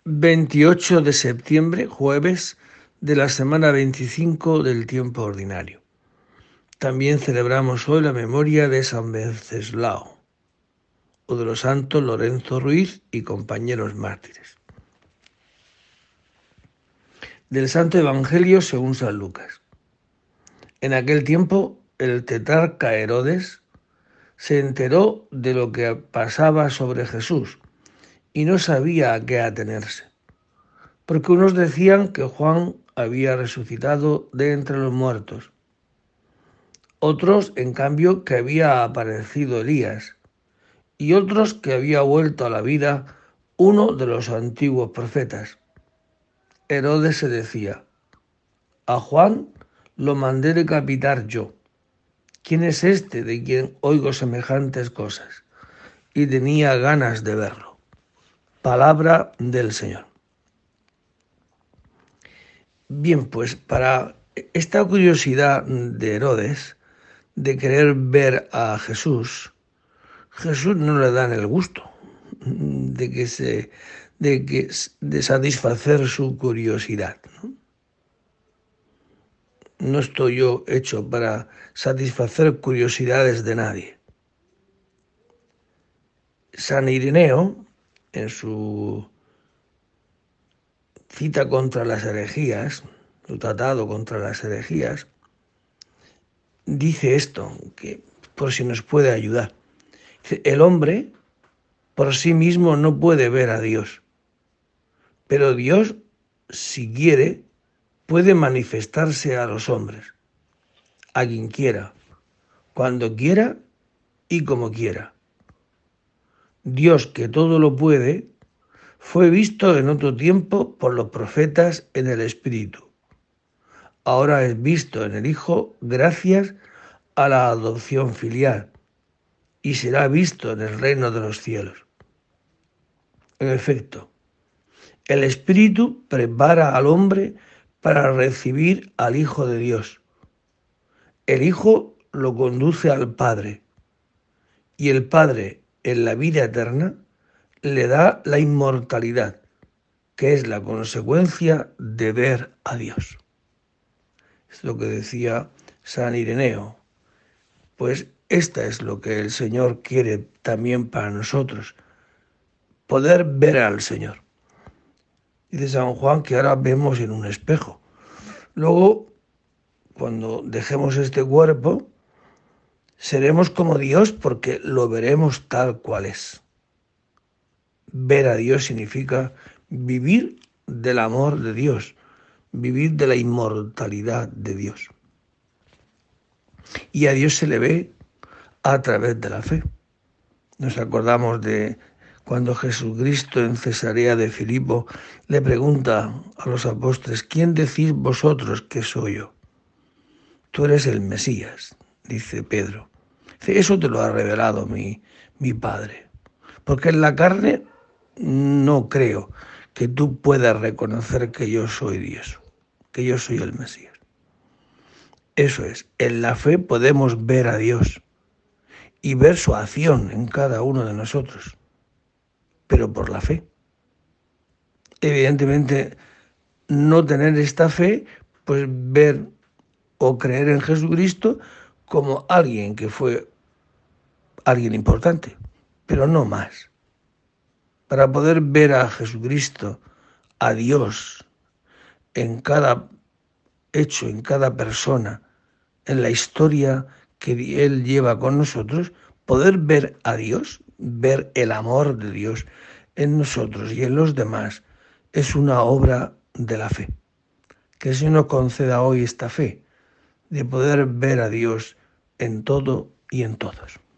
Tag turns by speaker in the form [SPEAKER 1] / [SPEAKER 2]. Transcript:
[SPEAKER 1] 28 de septiembre, jueves de la semana 25 del tiempo ordinario. También celebramos hoy la memoria de San Venceslao o de los santos Lorenzo Ruiz y compañeros mártires. Del Santo Evangelio según San Lucas. En aquel tiempo el tetrarca Herodes se enteró de lo que pasaba sobre Jesús y no sabía a qué atenerse, porque unos decían que Juan había resucitado de entre los muertos, otros, en cambio, que había aparecido Elías, y otros que había vuelto a la vida uno de los antiguos profetas. Herodes se decía: a Juan lo mandé decapitar yo. ¿Quién es este de quien oigo semejantes cosas? Y tenía ganas de verlo. Palabra del Señor. Bien, pues para esta curiosidad de Herodes de querer ver a Jesús, Jesús no le da el gusto de satisfacer su curiosidad, ¿no? No estoy yo hecho para satisfacer curiosidades de nadie. San Ireneo, en su cita contra las herejías, su tratado contra las herejías, dice esto, que por si nos puede ayudar. Dice: el hombre por sí mismo no puede ver a Dios, pero Dios, si quiere, puede manifestarse a los hombres, a quien quiera, cuando quiera y como quiera. Dios, que todo lo puede, fue visto en otro tiempo por los profetas en el Espíritu. Ahora es visto en el Hijo gracias a la adopción filial, y será visto en el reino de los cielos. En efecto, el Espíritu prepara al hombre para recibir al Hijo de Dios. El Hijo lo conduce al Padre, y el Padre, en la vida eterna, le da la inmortalidad, que es la consecuencia de ver a Dios. Es lo que decía San Ireneo. Pues esta es lo que el Señor quiere también para nosotros, poder ver al Señor. Dice San Juan que ahora vemos en un espejo. Luego, cuando dejemos este cuerpo, seremos como Dios porque lo veremos tal cual es. Ver a Dios significa vivir del amor de Dios, vivir de la inmortalidad de Dios. Y a Dios se le ve a través de la fe. Nos acordamos de cuando Jesucristo en Cesarea de Filipo le pregunta a los apóstoles: ¿quién decís vosotros que soy yo? Tú eres el Mesías, dice Pedro. Dice: eso te lo ha revelado mi Padre. Porque en la carne no creo que tú puedas reconocer que yo soy Dios, que yo soy el Mesías. Eso es, en la fe podemos ver a Dios y ver su acción en cada uno de nosotros, pero por la fe. Evidentemente, no tener esta fe, pues ver o creer en Jesucristo como alguien que fue alguien importante, pero no más. Para poder ver a Jesucristo, a Dios, en cada hecho, en cada persona, en la historia que Él lleva con nosotros, poder ver a Dios, ver el amor de Dios en nosotros y en los demás, es una obra de la fe. Que el Señor nos conceda hoy esta fe, de poder ver a Dios en todo y en todos.